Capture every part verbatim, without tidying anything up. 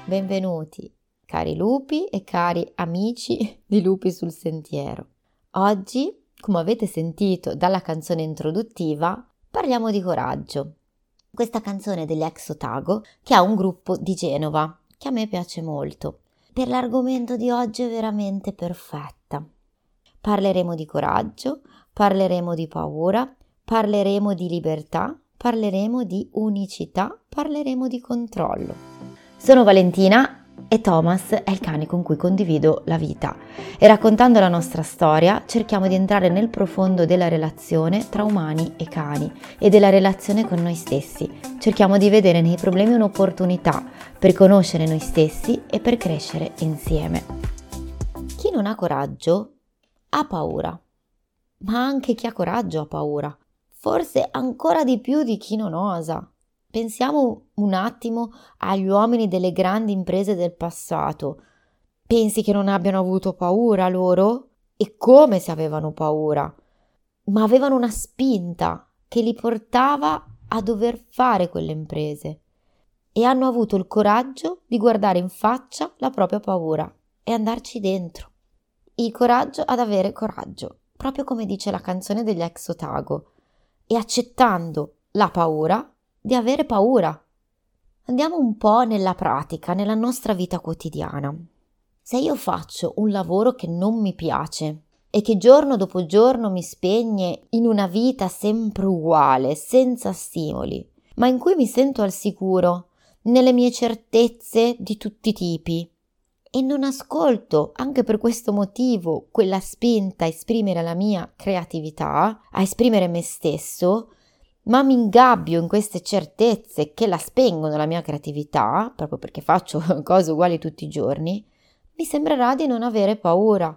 benvenuti cari lupi e cari amici di Lupi sul Sentiero. Oggi, come avete sentito dalla canzone introduttiva, parliamo di coraggio. Questa canzone degli Ex Otago, che ha un gruppo di Genova, che a me piace molto. Per l'argomento di oggi è veramente perfetta. Parleremo di coraggio, parleremo di paura, parleremo di libertà, parleremo di unicità, parleremo di controllo. Sono Valentina e Thomas è il cane con cui condivido la vita e raccontando la nostra storia cerchiamo di entrare nel profondo della relazione tra umani e cani e della relazione con noi stessi. Cerchiamo di vedere nei problemi un'opportunità per conoscere noi stessi e per crescere insieme. Chi non ha coraggio ha paura, ma anche chi ha coraggio ha paura, forse ancora di più di chi non osa. Pensiamo un attimo agli uomini delle grandi imprese del passato. Pensi che non abbiano avuto paura loro? E come se avevano paura? Ma avevano una spinta che li portava a dover fare quelle imprese e hanno avuto il coraggio di guardare in faccia la propria paura e andarci dentro. Il coraggio ad avere coraggio, proprio come dice la canzone degli Ex Otago, e accettando la paura di avere paura. Andiamo un po' nella pratica, nella nostra vita quotidiana. Se io faccio un lavoro che non mi piace e che giorno dopo giorno mi spegne in una vita sempre uguale, senza stimoli, ma in cui mi sento al sicuro, nelle mie certezze di tutti i tipi, e non ascolto, anche per questo motivo, quella spinta a esprimere la mia creatività, a esprimere me stesso, ma mi ingabbio in queste certezze che la spengono la mia creatività, proprio perché faccio cose uguali tutti i giorni, mi sembrerà di non avere paura.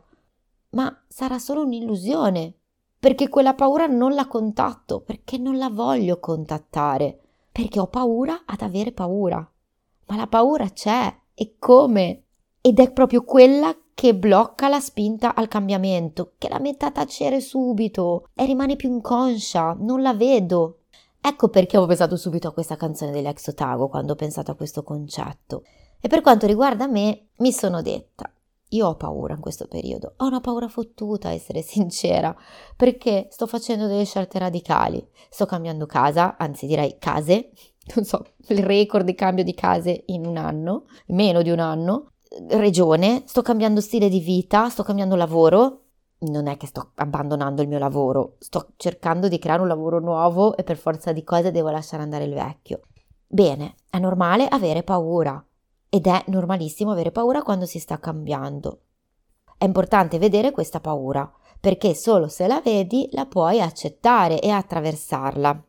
Ma sarà solo un'illusione, perché quella paura non la contatto, perché non la voglio contattare, perché ho paura ad avere paura. Ma la paura c'è, e come? Ed è proprio quella che blocca la spinta al cambiamento, che la mette a tacere subito e rimane più inconscia, non la vedo. Ecco perché ho pensato subito a questa canzone degli Ex Otago quando ho pensato a questo concetto. E per quanto riguarda me, mi sono detta, io ho paura in questo periodo, ho una paura fottuta, a essere sincera, perché sto facendo delle scelte radicali, sto cambiando casa, anzi direi case, non so, il record di cambio di case in un anno, meno di un anno, regione, sto cambiando stile di vita, sto cambiando lavoro. Non è che sto abbandonando il mio lavoro, sto cercando di creare un lavoro nuovo e per forza di cose devo lasciare andare il vecchio. Bene, è normale avere paura ed è normalissimo avere paura quando si sta cambiando. È importante vedere questa paura perché solo se la vedi la puoi accettare e attraversarla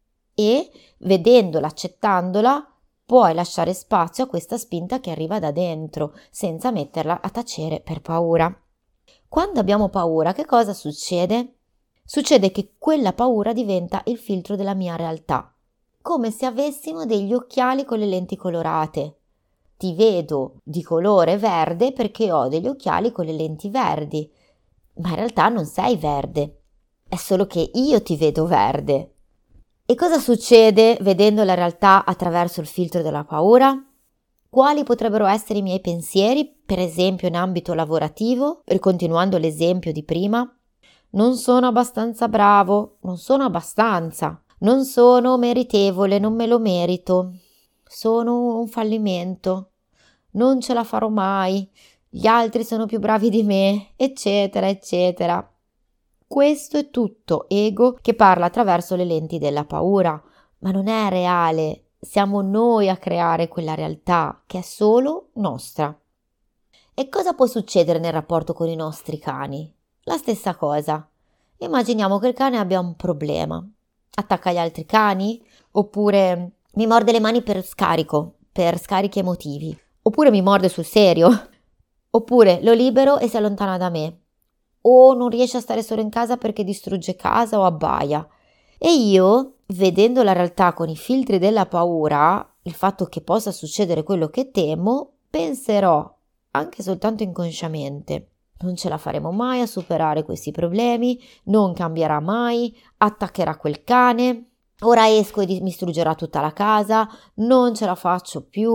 e vedendola, accettandola, puoi lasciare spazio a questa spinta che arriva da dentro senza metterla a tacere per paura. Quando abbiamo paura, che cosa succede? Succede che quella paura diventa il filtro della mia realtà, come se avessimo degli occhiali con le lenti colorate. Ti vedo di colore verde perché ho degli occhiali con le lenti verdi, ma in realtà non sei verde, è solo che io ti vedo verde. E cosa succede vedendo la realtà attraverso il filtro della paura? Quali potrebbero essere i miei pensieri, per esempio in ambito lavorativo, continuando l'esempio di prima? Non sono abbastanza bravo, non sono abbastanza, non sono meritevole, non me lo merito, sono un fallimento, non ce la farò mai, gli altri sono più bravi di me, eccetera, eccetera. Questo è tutto ego che parla attraverso le lenti della paura, ma non è reale. Siamo noi a creare quella realtà che è solo nostra. E cosa può succedere nel rapporto con i nostri cani? La stessa cosa. Immaginiamo che il cane abbia un problema. Attacca gli altri cani? Oppure mi morde le mani per scarico, per scarichi emotivi. Oppure mi morde sul serio. Oppure lo libero e si allontana da me. O non riesce a stare solo in casa perché distrugge casa o abbaia. E io, vedendo la realtà con i filtri della paura, il fatto che possa succedere quello che temo, penserò, anche soltanto inconsciamente, non ce la faremo mai a superare questi problemi, non cambierà mai, attaccherà quel cane, ora esco e mi distruggerà tutta la casa, non ce la faccio più,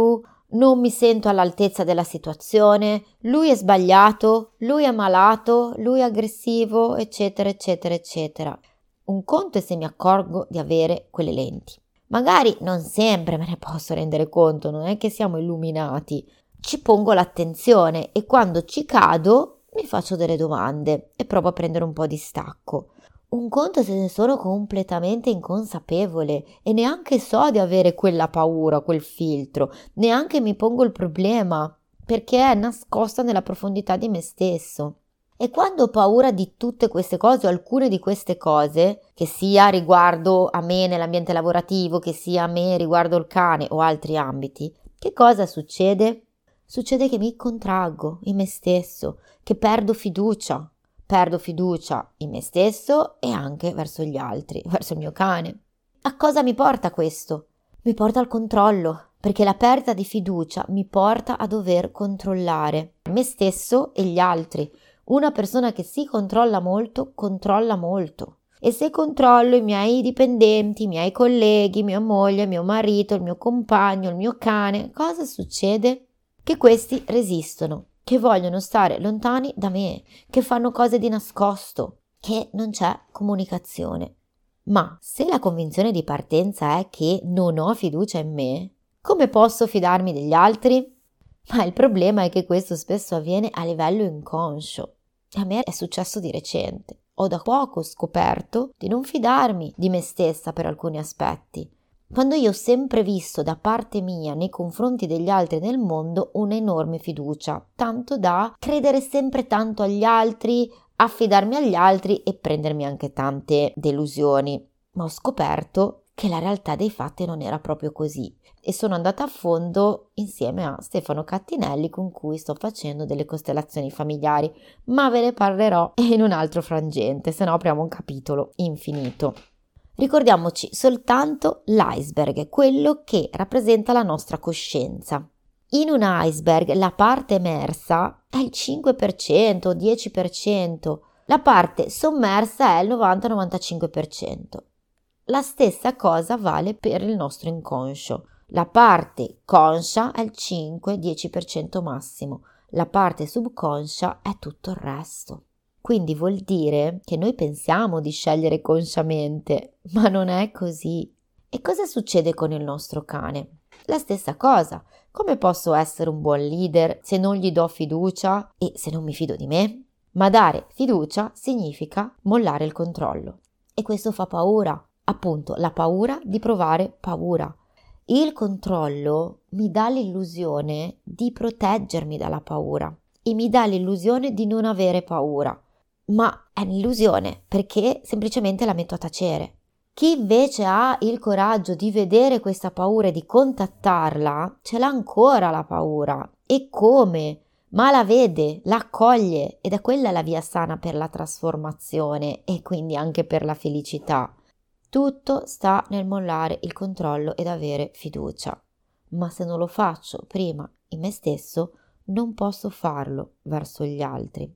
non mi sento all'altezza della situazione, lui è sbagliato, lui è malato, lui è aggressivo, eccetera, eccetera, eccetera. Un conto è se mi accorgo di avere quelle lenti. Magari non sempre me ne posso rendere conto, non è che siamo illuminati. Ci pongo l'attenzione e quando ci cado mi faccio delle domande e provo a prendere un po' di stacco. Un conto se ne sono completamente inconsapevole e neanche so di avere quella paura, quel filtro, neanche mi pongo il problema perché è nascosta nella profondità di me stesso. E quando ho paura di tutte queste cose o alcune di queste cose, che sia riguardo a me nell'ambiente lavorativo, che sia a me riguardo il cane o altri ambiti, che cosa succede? Succede che mi contraggo in me stesso, che perdo fiducia. Perdo fiducia in me stesso e anche verso gli altri, verso il mio cane. A cosa mi porta questo? Mi porta al controllo, perché la perdita di fiducia mi porta a dover controllare me stesso e gli altri. Una persona che si controlla molto, controlla molto. E se controllo i miei dipendenti, i miei colleghi, mia moglie, mio marito, il mio compagno, il mio cane, cosa succede? Che questi resistono, che vogliono stare lontani da me, che fanno cose di nascosto, che non c'è comunicazione. Ma se la convinzione di partenza è che non ho fiducia in me, come posso fidarmi degli altri? Ma il problema è che questo spesso avviene a livello inconscio. A me è successo di recente. Ho da poco scoperto di non fidarmi di me stessa per alcuni aspetti. Quando io ho sempre visto da parte mia nei confronti degli altri nel mondo un'enorme fiducia, tanto da credere sempre tanto agli altri, affidarmi agli altri e prendermi anche tante delusioni. Ma ho scoperto che la realtà dei fatti non era proprio così e sono andata a fondo insieme a Stefano Cattinelli con cui sto facendo delle costellazioni familiari, ma ve ne parlerò in un altro frangente, se no apriamo un capitolo infinito. Ricordiamoci soltanto l'iceberg, quello che rappresenta la nostra coscienza. In un iceberg la parte emersa è il cinque per cento o dieci per cento, la parte sommersa è il novanta novantacinque per cento. La stessa cosa vale per il nostro inconscio. La parte conscia è il cinque dieci per cento massimo, la parte subconscia è tutto il resto. Quindi vuol dire che noi pensiamo di scegliere consciamente, ma non è così. E cosa succede con il nostro cane? La stessa cosa. Come posso essere un buon leader se non gli do fiducia e se non mi fido di me? Ma dare fiducia significa mollare il controllo. E questo fa paura. Appunto, la paura di provare paura. Il controllo mi dà l'illusione di proteggermi dalla paura e mi dà l'illusione di non avere paura. Ma è un'illusione perché semplicemente la metto a tacere. Chi invece ha il coraggio di vedere questa paura e di contattarla, ce l'ha ancora la paura. E come? Ma la vede, la accoglie ed è quella la via sana per la trasformazione e quindi anche per la felicità. Tutto sta nel mollare il controllo ed avere fiducia. Ma se non lo faccio prima in me stesso, non posso farlo verso gli altri.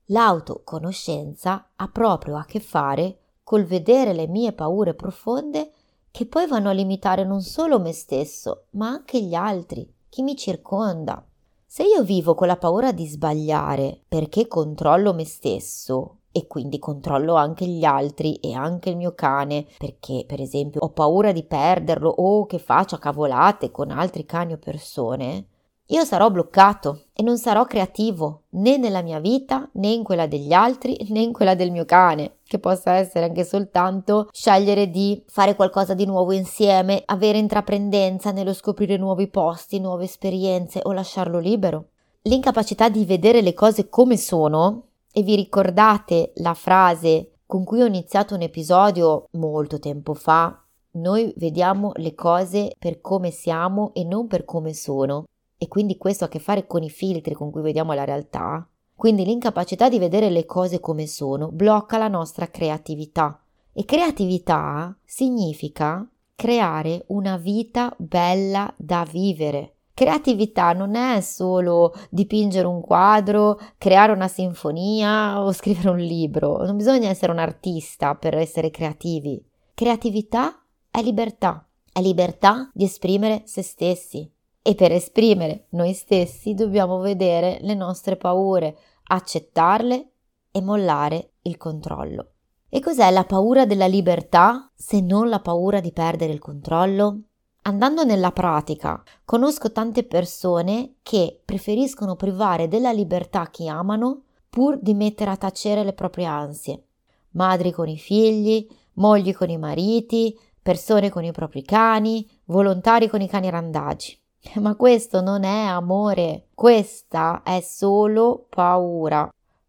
L'autoconoscenza ha proprio a che fare col vedere le mie paure profonde che poi vanno a limitare non solo me stesso, ma anche gli altri, chi mi circonda. Se io vivo con la paura di sbagliare perché controllo me stesso e quindi controllo anche gli altri e anche il mio cane, perché per esempio ho paura di perderlo o che faccia cavolate con altri cani o persone, io sarò bloccato e non sarò creativo né nella mia vita né in quella degli altri né in quella del mio cane, che possa essere anche soltanto scegliere di fare qualcosa di nuovo insieme, avere intraprendenza nello scoprire nuovi posti, nuove esperienze o lasciarlo libero. L'incapacità di vedere le cose come sono, e vi ricordate la frase con cui ho iniziato un episodio molto tempo fa, noi vediamo le cose per come siamo e non per come sono. E quindi questo ha a che fare con i filtri con cui vediamo la realtà. Quindi l'incapacità di vedere le cose come sono blocca la nostra creatività. E creatività significa creare una vita bella da vivere. Creatività non è solo dipingere un quadro, creare una sinfonia o scrivere un libro. Non bisogna essere un artista per essere creativi. Creatività è libertà. È libertà di esprimere se stessi. E per esprimere noi stessi dobbiamo vedere le nostre paure, accettarle e mollare il controllo. E cos'è la paura della libertà se non la paura di perdere il controllo? Andando nella pratica, conosco tante persone che preferiscono privare della libertà chi amano pur di mettere a tacere le proprie ansie. Madri con i figli, mogli con i mariti, persone con i propri cani, volontari con i cani randagi. Ma questo non è amore, questa è solo paura.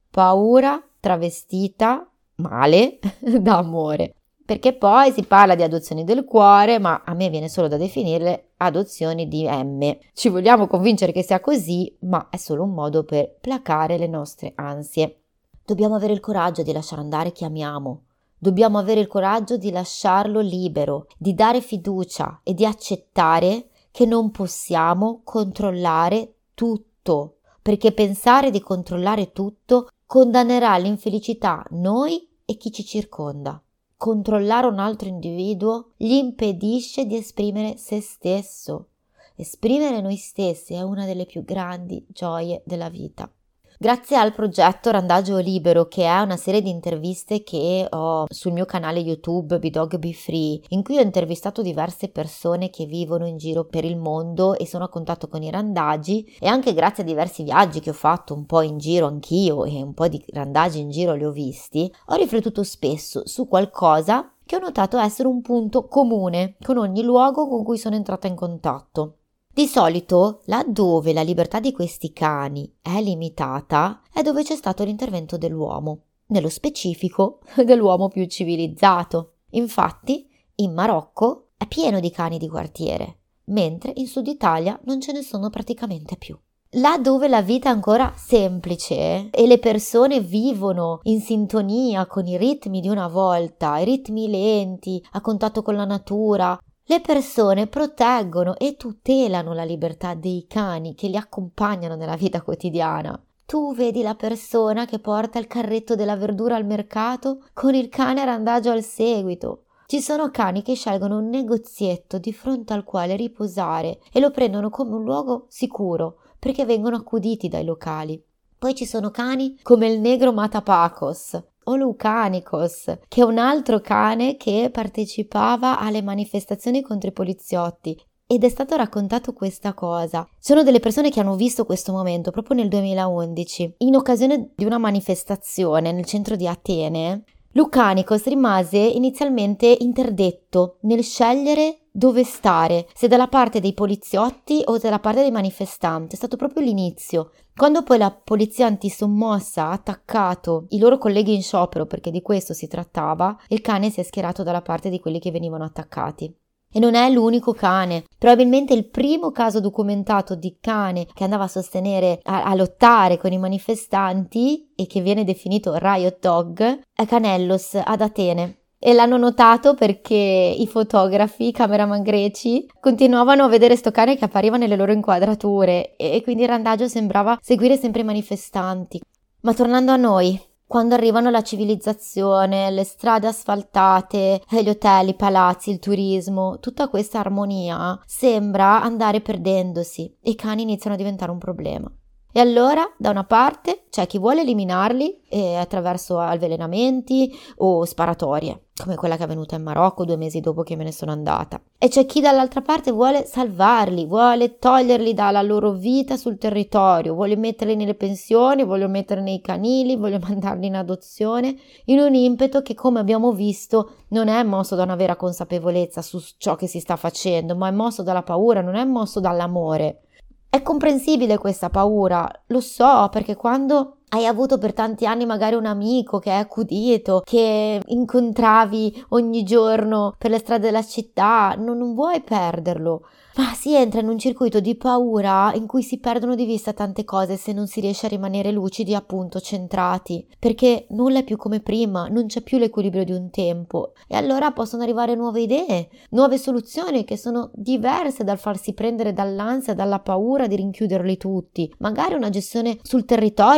Paura travestita male da amore. Perché poi si parla di adozioni del cuore, ma a me viene solo da definirle adozioni di M. Ci vogliamo convincere che sia così, ma è solo un modo per placare le nostre ansie. Dobbiamo avere il coraggio di lasciare andare chi amiamo. Dobbiamo avere il coraggio di lasciarlo libero, di dare fiducia e di accettare che non possiamo controllare tutto, perché pensare di controllare tutto condannerà all'infelicità noi e chi ci circonda. Controllare un altro individuo gli impedisce di esprimere se stesso. Esprimere noi stessi è una delle più grandi gioie della vita. Grazie al progetto Randagio Libero, che è una serie di interviste che ho sul mio canale YouTube Be Dog Be Free, in cui ho intervistato diverse persone che vivono in giro per il mondo e sono a contatto con i randagi, e anche grazie a diversi viaggi che ho fatto un po' in giro anch'io e un po' di randagi in giro li ho visti, ho riflettuto spesso su qualcosa che ho notato essere un punto comune con ogni luogo con cui sono entrata in contatto. Di solito, laddove la libertà di questi cani è limitata, è dove c'è stato l'intervento dell'uomo, nello specifico dell'uomo più civilizzato. Infatti, in Marocco è pieno di cani di quartiere, mentre in Sud Italia non ce ne sono praticamente più. Là dove la vita è ancora semplice e le persone vivono in sintonia con i ritmi di una volta, i ritmi lenti, a contatto con la natura, le persone proteggono e tutelano la libertà dei cani che li accompagnano nella vita quotidiana. Tu vedi la persona che porta il carretto della verdura al mercato con il cane a randagio al seguito. Ci sono cani che scelgono un negozietto di fronte al quale riposare e lo prendono come un luogo sicuro perché vengono accuditi dai locali. Poi ci sono cani come il negro Matapacos o Lucanicos, che è un altro cane che partecipava alle manifestazioni contro i poliziotti, ed è stato raccontato questa cosa. Sono delle persone che hanno visto questo momento proprio nel duemilaundici, in occasione di una manifestazione nel centro di Atene. Lucanicos rimase inizialmente interdetto nel scegliere dove stare, se dalla parte dei poliziotti o dalla parte dei manifestanti. È stato proprio l'inizio. Quando poi la polizia antisommossa ha attaccato i loro colleghi in sciopero, perché di questo si trattava, il cane si è schierato dalla parte di quelli che venivano attaccati. E non è l'unico cane, probabilmente il primo caso documentato di cane che andava a sostenere, a, a lottare con i manifestanti e che viene definito Riot Dog, è Canellos ad Atene. E l'hanno notato perché i fotografi, i cameraman greci, continuavano a vedere sto cane che appariva nelle loro inquadrature e quindi il randagio sembrava seguire sempre i manifestanti. Ma tornando a noi, quando arrivano la civilizzazione, le strade asfaltate, gli hotel, i palazzi, il turismo, tutta questa armonia sembra andare perdendosi e i cani iniziano a diventare un problema. E allora, da una parte, c'è chi vuole eliminarli eh, attraverso avvelenamenti o sparatorie, come quella che è avvenuta in Marocco due mesi dopo che me ne sono andata. E c'è chi dall'altra parte vuole salvarli, vuole toglierli dalla loro vita sul territorio, vuole metterli nelle pensioni, vuole metterli nei canili, vuole mandarli in adozione, in un impeto che, come abbiamo visto, non è mosso da una vera consapevolezza su ciò che si sta facendo, ma è mosso dalla paura, non è mosso dall'amore. È comprensibile questa paura, lo so, perché quando hai avuto per tanti anni magari un amico che è accudito, che incontravi ogni giorno per le strade della città, non, non vuoi perderlo. Ma si entra in un circuito di paura in cui si perdono di vista tante cose se non si riesce a rimanere lucidi, appunto, centrati, perché nulla è più come prima, non c'è più l'equilibrio di un tempo e allora possono arrivare nuove idee, nuove soluzioni che sono diverse dal farsi prendere dall'ansia, dalla paura di rinchiuderli tutti, magari una gestione sul territorio dei randaggi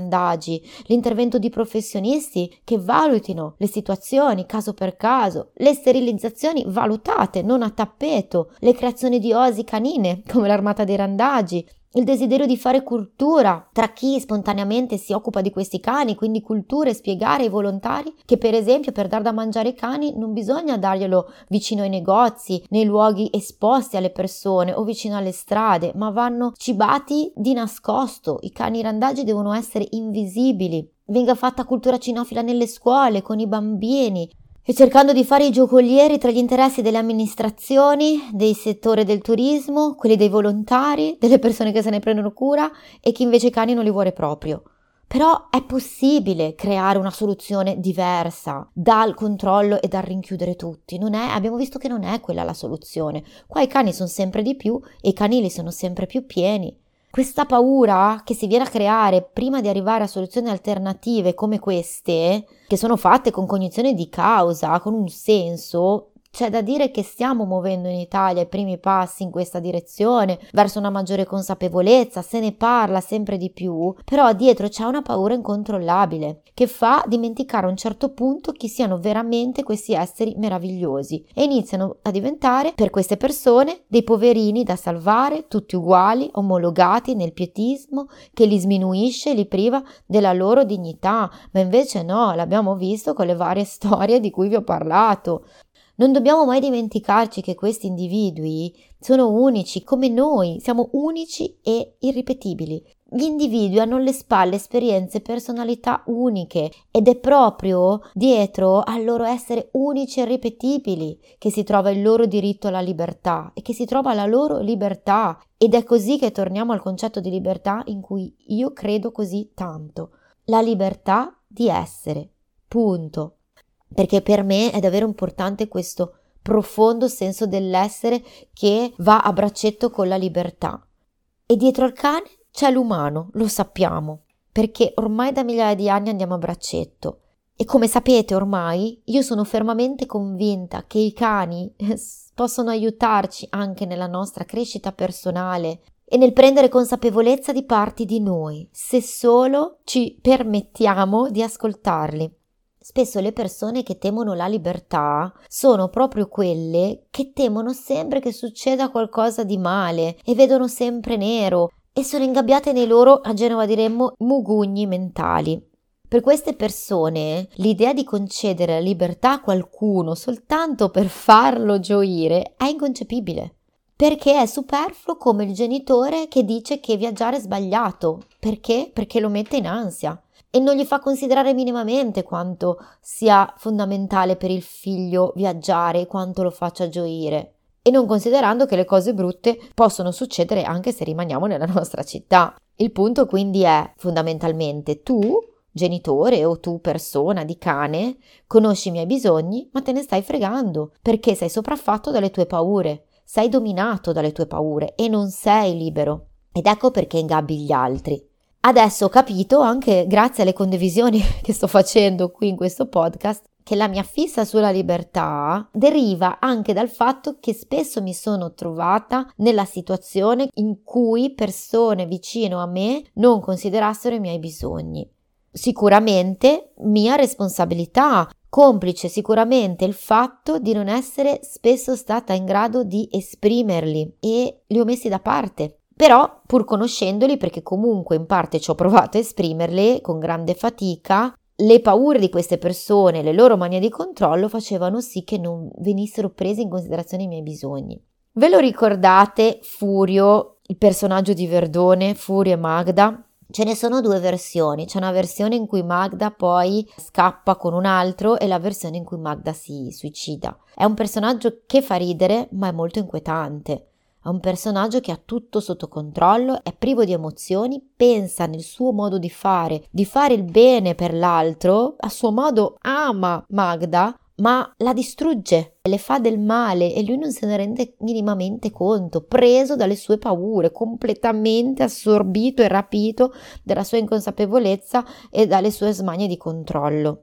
randagi, l'intervento di professionisti che valutino le situazioni caso per caso, le sterilizzazioni valutate, non a tappeto, le creazioni di oasi canine come l'armata dei randagi, il desiderio di fare cultura tra chi spontaneamente si occupa di questi cani, quindi cultura e spiegare ai volontari che per esempio per dar da mangiare ai cani non bisogna darglielo vicino ai negozi, nei luoghi esposti alle persone o vicino alle strade, ma vanno cibati di nascosto. I cani randagi devono essere invisibili. Venga fatta cultura cinofila nelle scuole, con i bambini, e cercando di fare i giocolieri tra gli interessi delle amministrazioni, dei settori del turismo, quelli dei volontari, delle persone che se ne prendono cura e chi invece i cani non li vuole proprio. Però è possibile creare una soluzione diversa dal controllo e dal rinchiudere tutti. Non è, abbiamo visto che non è quella la soluzione. Qua i cani sono sempre di più e i canili sono sempre più pieni. Questa paura che si viene a creare prima di arrivare a soluzioni alternative come queste, che sono fatte con cognizione di causa, con un senso, c'è da dire che stiamo muovendo in Italia i primi passi in questa direzione, verso una maggiore consapevolezza, se ne parla sempre di più, però dietro c'è una paura incontrollabile che fa dimenticare a un certo punto chi siano veramente questi esseri meravigliosi e iniziano a diventare per queste persone dei poverini da salvare, tutti uguali, omologati nel pietismo che li sminuisce e li priva della loro dignità, ma invece no, l'abbiamo visto con le varie storie di cui vi ho parlato. Non dobbiamo mai dimenticarci che questi individui sono unici come noi, siamo unici e irripetibili. Gli individui hanno alle spalle esperienze e personalità uniche ed è proprio dietro al loro essere unici e irripetibili che si trova il loro diritto alla libertà e che si trova la loro libertà. Ed è così che torniamo al concetto di libertà in cui io credo così tanto. La libertà di essere, punto. Perché per me è davvero importante questo profondo senso dell'essere che va a braccetto con la libertà. E dietro al cane c'è l'umano, lo sappiamo, perché ormai da migliaia di anni andiamo a braccetto. E come sapete ormai, io sono fermamente convinta che i cani possono aiutarci anche nella nostra crescita personale e nel prendere consapevolezza di parti di noi, se solo ci permettiamo di ascoltarli. Spesso le persone che temono la libertà sono proprio quelle che temono sempre che succeda qualcosa di male e vedono sempre nero e sono ingabbiate nei loro, a Genova diremmo, mugugni mentali. Per queste persone l'idea di concedere la libertà a qualcuno soltanto per farlo gioire è inconcepibile, perché è superfluo come il genitore che dice che viaggiare è sbagliato. Perché? Perché lo mette in ansia e non gli fa considerare minimamente quanto sia fondamentale per il figlio viaggiare e quanto lo faccia gioire, e non considerando che le cose brutte possono succedere anche se rimaniamo nella nostra città. Il punto quindi è fondamentalmente tu, genitore o tu persona di cane, conosci i miei bisogni ma te ne stai fregando perché sei sopraffatto dalle tue paure, sei dominato dalle tue paure e non sei libero. Ed ecco perché ingabbi gli altri. Adesso ho capito, anche grazie alle condivisioni che sto facendo qui in questo podcast, che la mia fissa sulla libertà deriva anche dal fatto che spesso mi sono trovata nella situazione in cui persone vicino a me non considerassero i miei bisogni. Sicuramente mia responsabilità, complice sicuramente il fatto di non essere spesso stata in grado di esprimerli e li ho messi da parte. Però, pur conoscendoli, perché comunque in parte ci ho provato a esprimerle con grande fatica, le paure di queste persone, le loro manie di controllo facevano sì che non venissero presi in considerazione i miei bisogni. Ve lo ricordate Furio, il personaggio di Verdone, Furio e Magda? Ce ne sono due versioni, c'è una versione in cui Magda poi scappa con un altro e la versione in cui Magda si suicida. È un personaggio che fa ridere ma è molto inquietante. È un personaggio che ha tutto sotto controllo, è privo di emozioni, pensa nel suo modo di fare, di fare il bene per l'altro, a suo modo ama Magda, ma la distrugge, le fa del male e lui non se ne rende minimamente conto, preso dalle sue paure, completamente assorbito e rapito dalla sua inconsapevolezza e dalle sue smanie di controllo.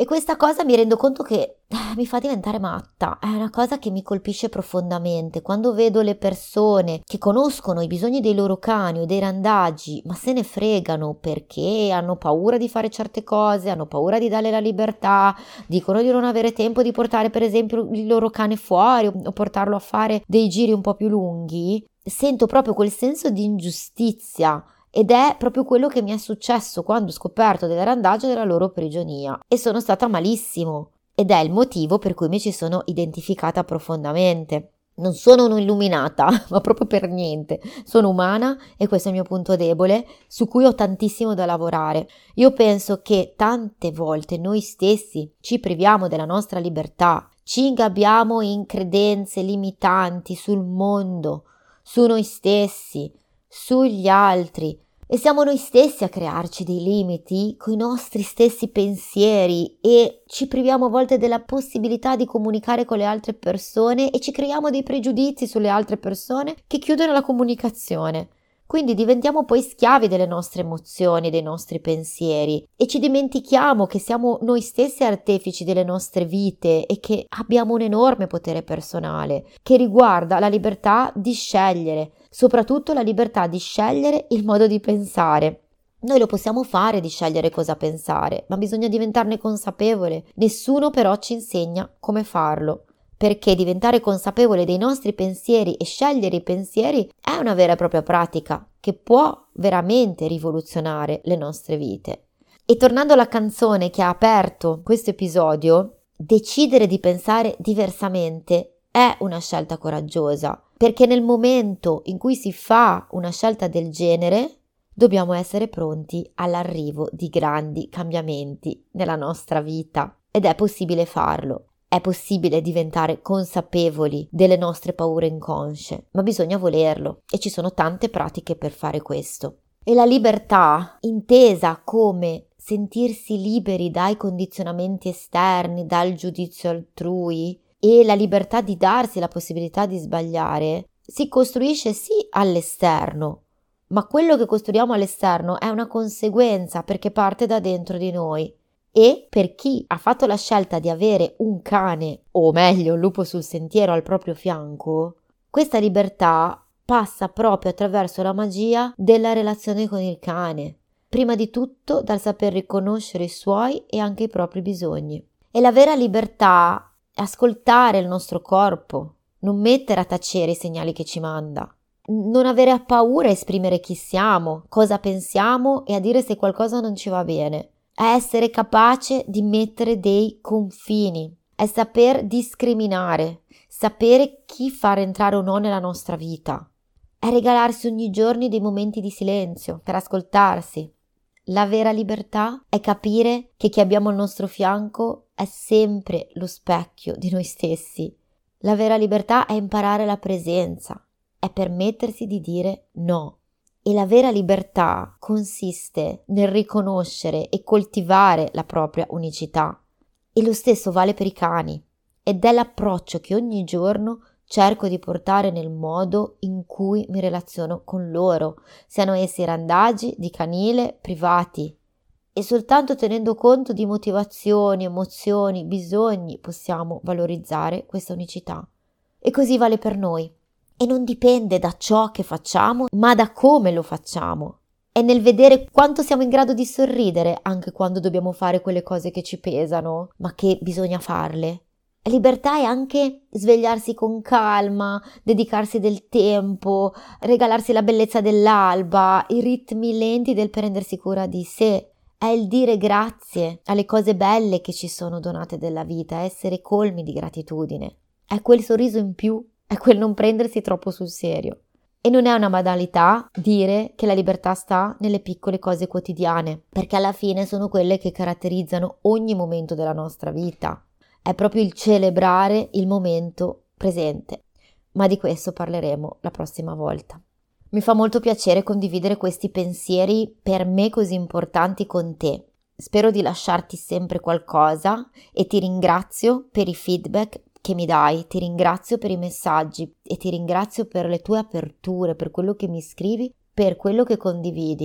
E questa cosa mi rendo conto che eh, mi fa diventare matta, è una cosa che mi colpisce profondamente. Quando vedo le persone che conoscono i bisogni dei loro cani o dei randagi, ma se ne fregano perché hanno paura di fare certe cose, hanno paura di dare la libertà, dicono di non avere tempo di portare per esempio il loro cane fuori o portarlo a fare dei giri un po' più lunghi, sento proprio quel senso di ingiustizia. Ed è proprio quello che mi è successo quando ho scoperto delle randaggi della loro prigionia e sono stata malissimo ed è il motivo per cui mi ci sono identificata profondamente. Non sono un'illuminata, ma proprio per niente. Sono umana e questo è il mio punto debole su cui ho tantissimo da lavorare. Io penso che tante volte noi stessi ci priviamo della nostra libertà, ci ingabbiamo in credenze limitanti sul mondo, su noi stessi, sugli altri e siamo noi stessi a crearci dei limiti con i nostri stessi pensieri e ci priviamo a volte della possibilità di comunicare con le altre persone e ci creiamo dei pregiudizi sulle altre persone che chiudono la comunicazione. Quindi diventiamo poi schiavi delle nostre emozioni, dei nostri pensieri e ci dimentichiamo che siamo noi stessi artefici delle nostre vite e che abbiamo un enorme potere personale che riguarda la libertà di scegliere, soprattutto la libertà di scegliere il modo di pensare. Noi lo possiamo fare di scegliere cosa pensare, ma bisogna diventarne consapevole. Nessuno però ci insegna come farlo. Perché diventare consapevole dei nostri pensieri e scegliere i pensieri è una vera e propria pratica che può veramente rivoluzionare le nostre vite. E tornando alla canzone che ha aperto questo episodio, decidere di pensare diversamente è una scelta coraggiosa, perché nel momento in cui si fa una scelta del genere dobbiamo essere pronti all'arrivo di grandi cambiamenti nella nostra vita ed è possibile farlo. È possibile diventare consapevoli delle nostre paure inconsce, ma bisogna volerlo e ci sono tante pratiche per fare questo. E la libertà, intesa come sentirsi liberi dai condizionamenti esterni, dal giudizio altrui e la libertà di darsi la possibilità di sbagliare, si costruisce sì all'esterno, ma quello che costruiamo all'esterno è una conseguenza perché parte da dentro di noi. E per chi ha fatto la scelta di avere un cane, o meglio un lupo sul sentiero al proprio fianco, questa libertà passa proprio attraverso la magia della relazione con il cane. Prima di tutto dal saper riconoscere i suoi e anche i propri bisogni. E la vera libertà è ascoltare il nostro corpo, non mettere a tacere i segnali che ci manda. Non avere paura a esprimere chi siamo, cosa pensiamo e a dire se qualcosa non ci va bene. È essere capace di mettere dei confini, è saper discriminare, sapere chi far entrare o no nella nostra vita, è regalarsi ogni giorno dei momenti di silenzio per ascoltarsi. La vera libertà è capire che chi abbiamo al nostro fianco è sempre lo specchio di noi stessi. La vera libertà è imparare la presenza, è permettersi di dire no. E la vera libertà consiste nel riconoscere e coltivare la propria unicità. E lo stesso vale per i cani. Ed è l'approccio che ogni giorno cerco di portare nel modo in cui mi relaziono con loro, siano essi randagi, di canile, privati. E soltanto tenendo conto di motivazioni, emozioni, bisogni possiamo valorizzare questa unicità. E così vale per noi. E non dipende da ciò che facciamo, ma da come lo facciamo. È nel vedere quanto siamo in grado di sorridere anche quando dobbiamo fare quelle cose che ci pesano, ma che bisogna farle. E libertà è anche svegliarsi con calma, dedicarsi del tempo, regalarsi la bellezza dell'alba, i ritmi lenti del prendersi cura di sé. È il dire grazie alle cose belle che ci sono donate della vita, essere colmi di gratitudine. È quel sorriso in più. È quel non prendersi troppo sul serio. E non è una banalità dire che la libertà sta nelle piccole cose quotidiane, perché alla fine sono quelle che caratterizzano ogni momento della nostra vita. È proprio il celebrare il momento presente. Ma di questo parleremo la prossima volta. Mi fa molto piacere condividere questi pensieri per me così importanti con te. Spero di lasciarti sempre qualcosa e ti ringrazio per i feedback che mi dai, ti ringrazio per i messaggi e ti ringrazio per le tue aperture, per quello che mi scrivi, per quello che condividi.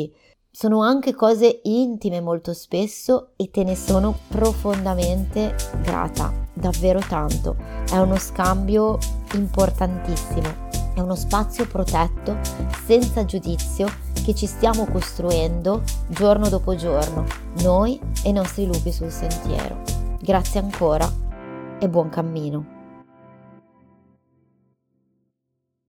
sono anche cose intime molto spesso e te ne sono profondamente grata, davvero tanto. È uno scambio importantissimo, è uno spazio protetto, senza giudizio, che ci stiamo costruendo giorno dopo giorno, noi e i nostri lupi sul sentiero. Grazie ancora e buon cammino.